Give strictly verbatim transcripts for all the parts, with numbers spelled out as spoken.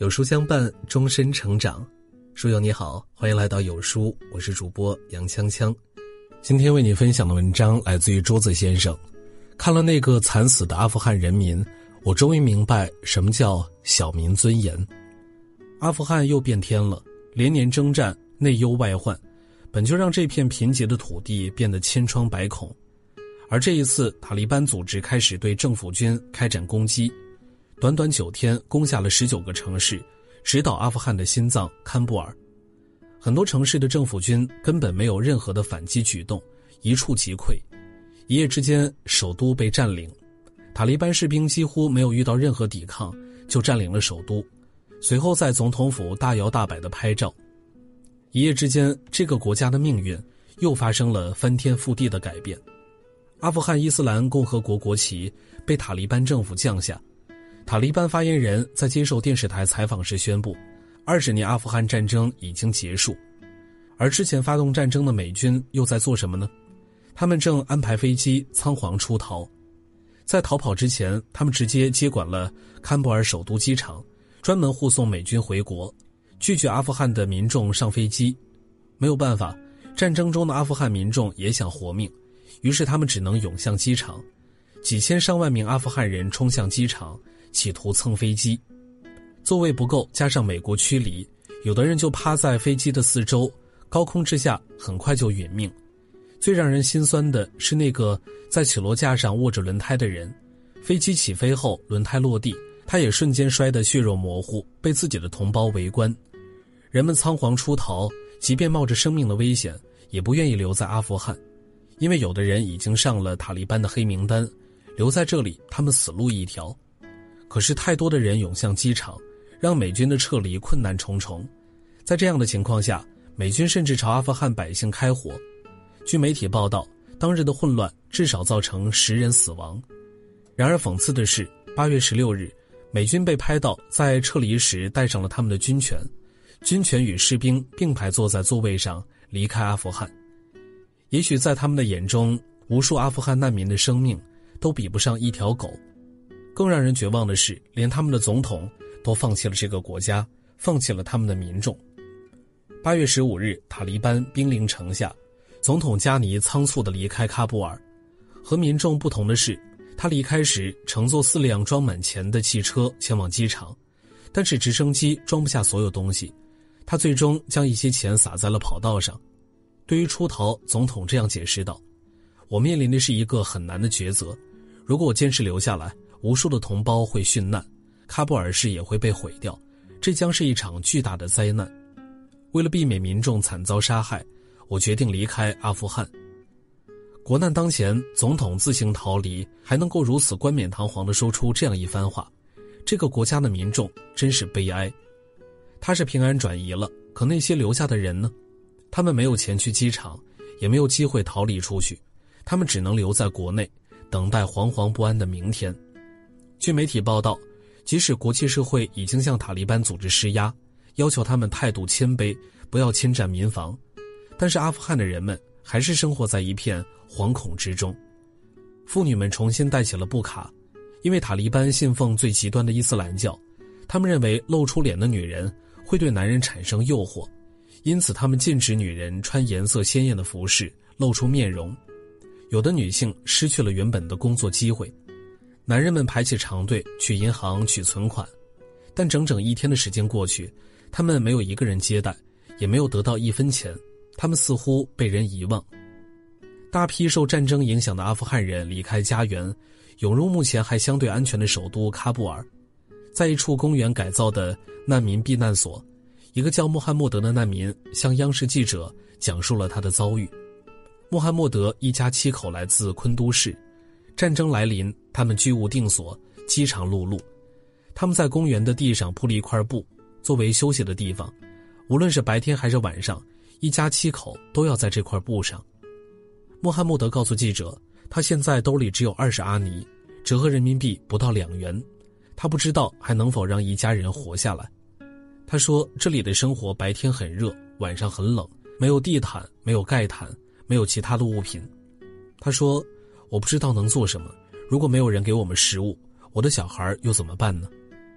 有书相伴，终身成长。书友你好，欢迎来到有书，我是主播杨锵锵。今天为你分享的文章来自于桌子先生。看了那个惨死的阿富汗人民，我终于明白什么叫小民尊严。阿富汗又变天了，连年征战，内忧外患，本就让这片贫瘠的土地变得千疮百孔。而这一次，塔利班组织开始对政府军开展攻击，短短九天攻下了十九个城市，直捣阿富汗的心脏堪布尔。很多城市的政府军根本没有任何的反击举动，一触即溃。一夜之间，首都被占领，塔利班士兵几乎没有遇到任何抵抗，就占领了首都。随后在总统府大摇大摆地拍照。一夜之间，这个国家的命运又发生了翻天覆地的改变。阿富汗伊斯兰共和国国旗被塔利班政府降下。塔利班发言人在接受电视台采访时宣布，二十年阿富汗战争已经结束。而之前发动战争的美军又在做什么呢？他们正安排飞机仓皇出逃。在逃跑之前，他们直接接管了堪布尔首都机场，专门护送美军回国，拒绝阿富汗的民众上飞机。没有办法，战争中的阿富汗民众也想活命，于是他们只能涌向机场。几千上万名阿富汗人冲向机场，企图蹭飞机。座位不够，加上美国驱离，有的人就趴在飞机的四周，高空之下很快就殒命。最让人心酸的是那个在起落架上握着轮胎的人，飞机起飞后轮胎落地，他也瞬间摔得血肉模糊，被自己的同胞围观。人们仓皇出逃，即便冒着生命的危险，也不愿意留在阿富汗，因为有的人已经上了塔利班的黑名单，留在这里他们死路一条。可是太多的人涌向机场，让美军的撤离困难重重。在这样的情况下，美军甚至朝阿富汗百姓开火。据媒体报道，当日的混乱至少造成十人死亡。然而讽刺的是，八月十六日，美军被拍到在撤离时带上了他们的军犬，军犬与士兵并排坐在座位上离开阿富汗。也许在他们的眼中，无数阿富汗难民的生命都比不上一条狗。更让人绝望的是，连他们的总统都放弃了这个国家，放弃了他们的民众。八月十五日，塔利班兵临城下，总统加尼仓促地离开喀布尔。和民众不同的是，他离开时乘坐四辆装满钱的汽车前往机场，但是直升机装不下所有东西，他最终将一些钱撒在了跑道上。对于出逃，总统这样解释道：我面临的是一个很难的抉择，如果我坚持留下来，无数的同胞会殉难，喀布尔市也会被毁掉，这将是一场巨大的灾难。为了避免民众惨遭杀害，我决定离开阿富汗。国难当前，总统自行逃离，还能够如此冠冕堂皇地说出这样一番话，这个国家的民众真是悲哀。他是平安转移了，可那些留下的人呢？他们没有钱去机场，也没有机会逃离出去，他们只能留在国内，等待惶惶不安的明天。据媒体报道，即使国际社会已经向塔利班组织施压，要求他们态度谦卑，不要侵占民房，但是阿富汗的人们还是生活在一片惶恐之中。妇女们重新戴起了布卡，因为塔利班信奉最极端的伊斯兰教，他们认为露出脸的女人会对男人产生诱惑，因此他们禁止女人穿颜色鲜艳的服饰，露出面容。有的女性失去了原本的工作机会，男人们排起长队去银行取存款，但整整一天的时间过去，他们没有一个人接待，也没有得到一分钱，他们似乎被人遗忘。大批受战争影响的阿富汗人离开家园，涌入目前还相对安全的首都喀布尔。在一处公园改造的难民避难所，一个叫穆罕默德的难民向央视记者讲述了他的遭遇。穆罕默德一家七口来自昆都市，战争来临，他们居无定所，饥肠辘辘。他们在公园的地上铺了一块布，作为休息的地方，无论是白天还是晚上，一家七口都要在这块布上。穆罕默德告诉记者，他现在兜里只有二十阿尼，折合人民币不到两元，他不知道还能否让一家人活下来。他说，这里的生活白天很热，晚上很冷，没有地毯，没有盖毯，没有其他的物品。他说，我不知道能做什么，如果没有人给我们食物，我的小孩又怎么办呢？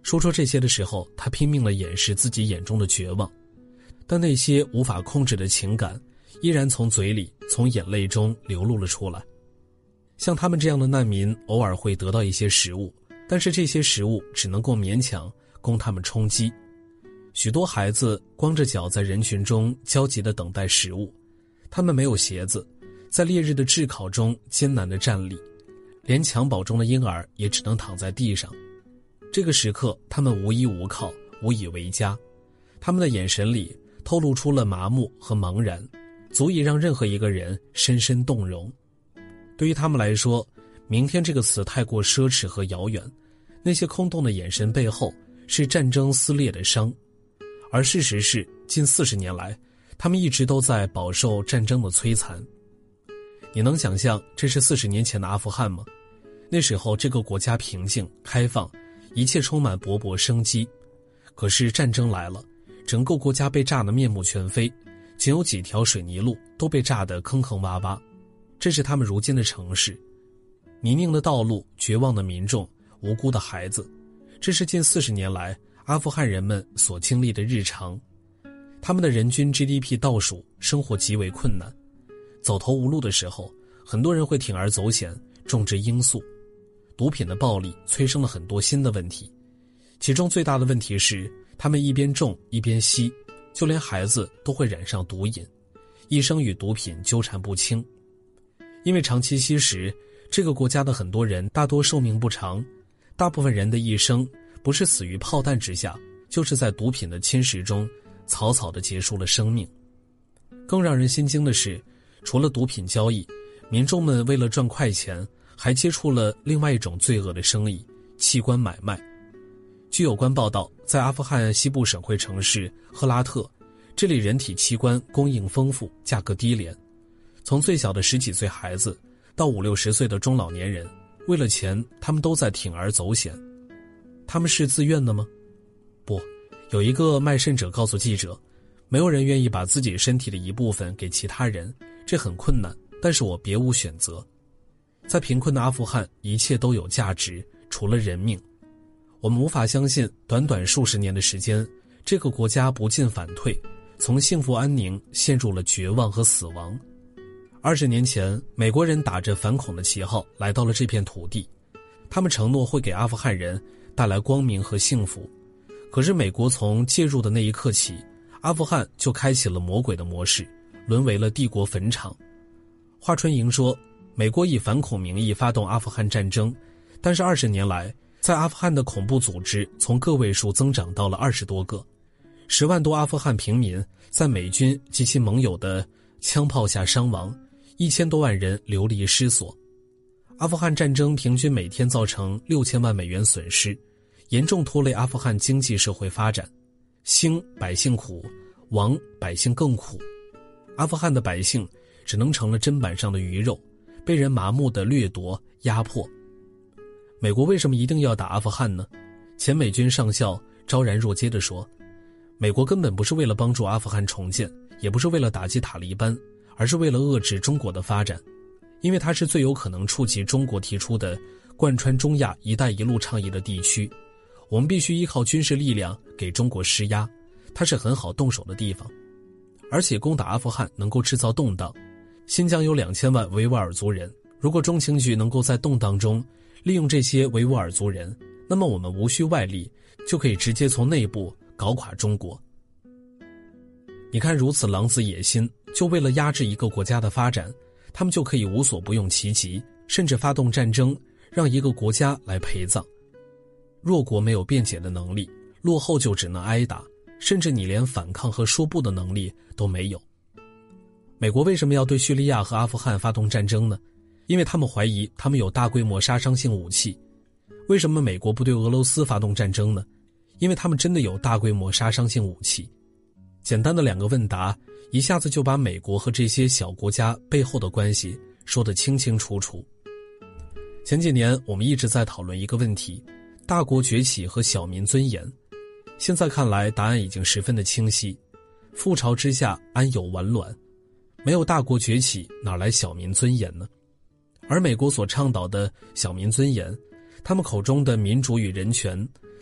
说出这些的时候，他拼命地掩饰自己眼中的绝望，但那些无法控制的情感依然从嘴里、从眼泪中流露了出来。像他们这样的难民偶尔会得到一些食物，但是这些食物只能够勉强供他们充饥。许多孩子光着脚在人群中焦急地等待食物，他们没有鞋子，在烈日的炙烤中艰难地站立，连襁褓中的婴儿也只能躺在地上。这个时刻，他们无依无靠，无以为家，他们的眼神里透露出了麻木和茫然，足以让任何一个人深深动容。对于他们来说，明天这个词太过奢侈和遥远，那些空洞的眼神背后是战争撕裂的伤，而事实是，近四十年来，他们一直都在饱受战争的摧残。你能想象这是四十年前的阿富汗吗？那时候这个国家平静开放，一切充满勃勃生机。可是战争来了，整个国家被炸得面目全非，仅有几条水泥路都被炸得坑坑洼洼。这是他们如今的城市，泥泞的道路，绝望的民众，无辜的孩子，这是近四十年来阿富汗人们所经历的日常。他们的人均 G D P 倒数，生活极为困难，走投无路的时候，很多人会铤而走险，种植罂粟。毒品的暴力催生了很多新的问题，其中最大的问题是，他们一边种一边吸，就连孩子都会染上毒瘾，一生与毒品纠缠不清。因为长期吸食，这个国家的很多人大多寿命不长，大部分人的一生不是死于炮弹之下，就是在毒品的侵蚀中草草地结束了生命。更让人心惊的是，除了毒品交易，民众们为了赚快钱，还接触了另外一种罪恶的生意——器官买卖。据有关报道，在阿富汗西部省会城市赫拉特，这里人体器官供应丰富，价格低廉。从最小的十几岁孩子到五六十岁的中老年人，为了钱，他们都在铤而走险。他们是自愿的吗？不，有一个卖肾者告诉记者，没有人愿意把自己身体的一部分给其他人，这很困难，但是我别无选择。在贫困的阿富汗，一切都有价值，除了人命。我们无法相信，短短数十年的时间，这个国家不进反退，从幸福安宁陷入了绝望和死亡。二十年前，美国人打着反恐的旗号来到了这片土地，他们承诺会给阿富汗人带来光明和幸福。可是美国从介入的那一刻起，阿富汗就开启了魔鬼的模式，沦为了帝国坟场。华春莹说，美国以反恐名义发动阿富汗战争，但是二十年来，在阿富汗的恐怖组织从个位数增长到了二十多个，十万多阿富汗平民在美军及其盟友的枪炮下伤亡，一千多万人流离失所。阿富汗战争平均每天造成六千万美元损失，严重拖累阿富汗经济社会发展。兴百姓苦，亡百姓更苦。阿富汗的百姓只能成了砧板上的鱼肉，被人麻木地掠夺压迫。美国为什么一定要打阿富汗呢？前美军上校昭然若揭地说，美国根本不是为了帮助阿富汗重建，也不是为了打击塔利班，而是为了遏制中国的发展，因为它是最有可能触及中国提出的贯穿中亚一带一路倡议的地区，我们必须依靠军事力量给中国施压，它是很好动手的地方。而且攻打阿富汗能够制造动荡，新疆有两千万维吾尔族人，如果中情局能够在动荡中利用这些维吾尔族人，那么我们无需外力，就可以直接从内部搞垮中国。你看，如此狼子野心，就为了压制一个国家的发展，他们就可以无所不用其极，甚至发动战争，让一个国家来陪葬。弱国没有辩解的能力，落后就只能挨打，甚至你连反抗和说不的能力都没有。美国为什么要对叙利亚和阿富汗发动战争呢？因为他们怀疑他们有大规模杀伤性武器。为什么美国不对俄罗斯发动战争呢？因为他们真的有大规模杀伤性武器。简单的两个问答，一下子就把美国和这些小国家背后的关系说得清清楚楚。前几年我们一直在讨论一个问题，大国崛起和小民尊严。现在看来答案已经十分的清晰，覆巢之下安有完卵，没有大国崛起，哪来小民尊严呢？而美国所倡导的小民尊严，他们口中的民主与人权，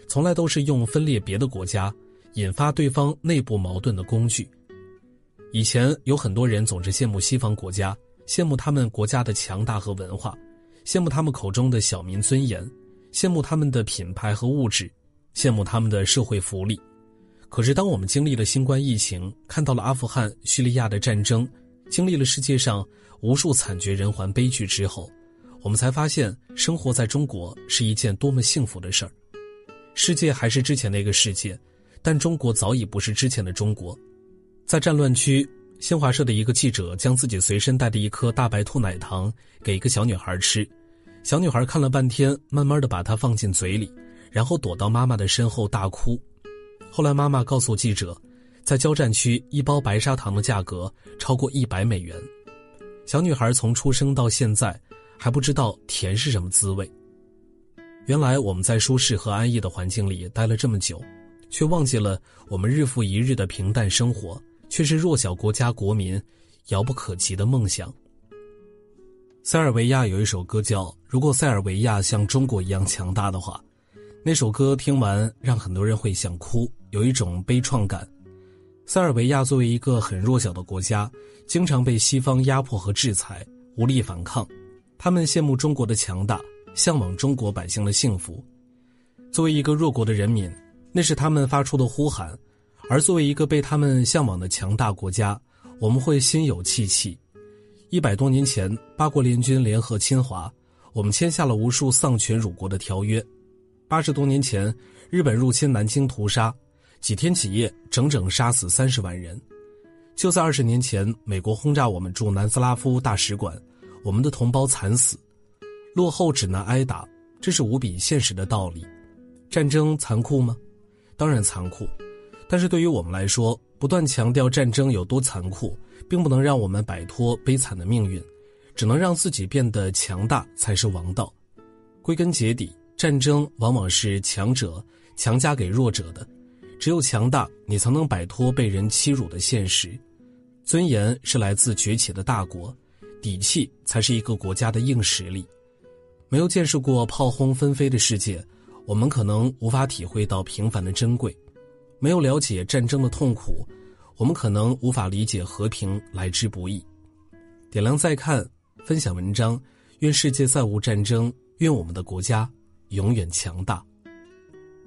从来都是用分裂别的国家，引发对方内部矛盾的工具。以前有很多人总是羡慕西方国家，羡慕他们国家的强大和文化，羡慕他们口中的小民尊严，羡慕他们的品牌和物质，羡慕他们的社会福利。可是当我们经历了新冠疫情，看到了阿富汗、叙利亚的战争，经历了世界上无数惨绝人寰悲剧之后，我们才发现生活在中国是一件多么幸福的事儿。世界还是之前那个世界，但中国早已不是之前的中国。在战乱区，新华社的一个记者将自己随身带的一颗大白兔奶糖给一个小女孩吃，小女孩看了半天，慢慢地把它放进嘴里，然后躲到妈妈的身后大哭。后来妈妈告诉记者，在交战区一包白砂糖的价格超过一百美元。小女孩从出生到现在还不知道甜是什么滋味。原来我们在舒适和安逸的环境里待了这么久，却忘记了我们日复一日的平淡生活却是弱小国家国民遥不可及的梦想。塞尔维亚有一首歌叫《如果塞尔维亚像中国一样强大的话》，那首歌听完让很多人会想哭，有一种悲怆感。塞尔维亚作为一个很弱小的国家，经常被西方压迫和制裁，无力反抗。他们羡慕中国的强大，向往中国百姓的幸福。作为一个弱国的人民，那是他们发出的呼喊，而作为一个被他们向往的强大国家，我们会心有戚戚。一百多年前，八国联军联合侵华，我们签下了无数丧权辱国的条约。八十多年前，日本入侵南京屠杀，几天几夜整整杀死三十万人。就在二十年前，美国轰炸我们驻南斯拉夫大使馆，我们的同胞惨死。落后只能挨打，这是无比现实的道理。战争残酷吗？当然残酷，但是对于我们来说，不断强调战争有多残酷，并不能让我们摆脱悲惨的命运，只能让自己变得强大才是王道。归根结底，战争往往是强者强加给弱者的，只有强大，你才能摆脱被人欺辱的现实。尊严是来自崛起的大国，底气才是一个国家的硬实力。没有见识过炮轰纷飞的世界，我们可能无法体会到平凡的珍贵；没有了解战争的痛苦，我们可能无法理解和平来之不易。点亮再看，分享文章，愿世界再无战争，愿我们的国家永远强大。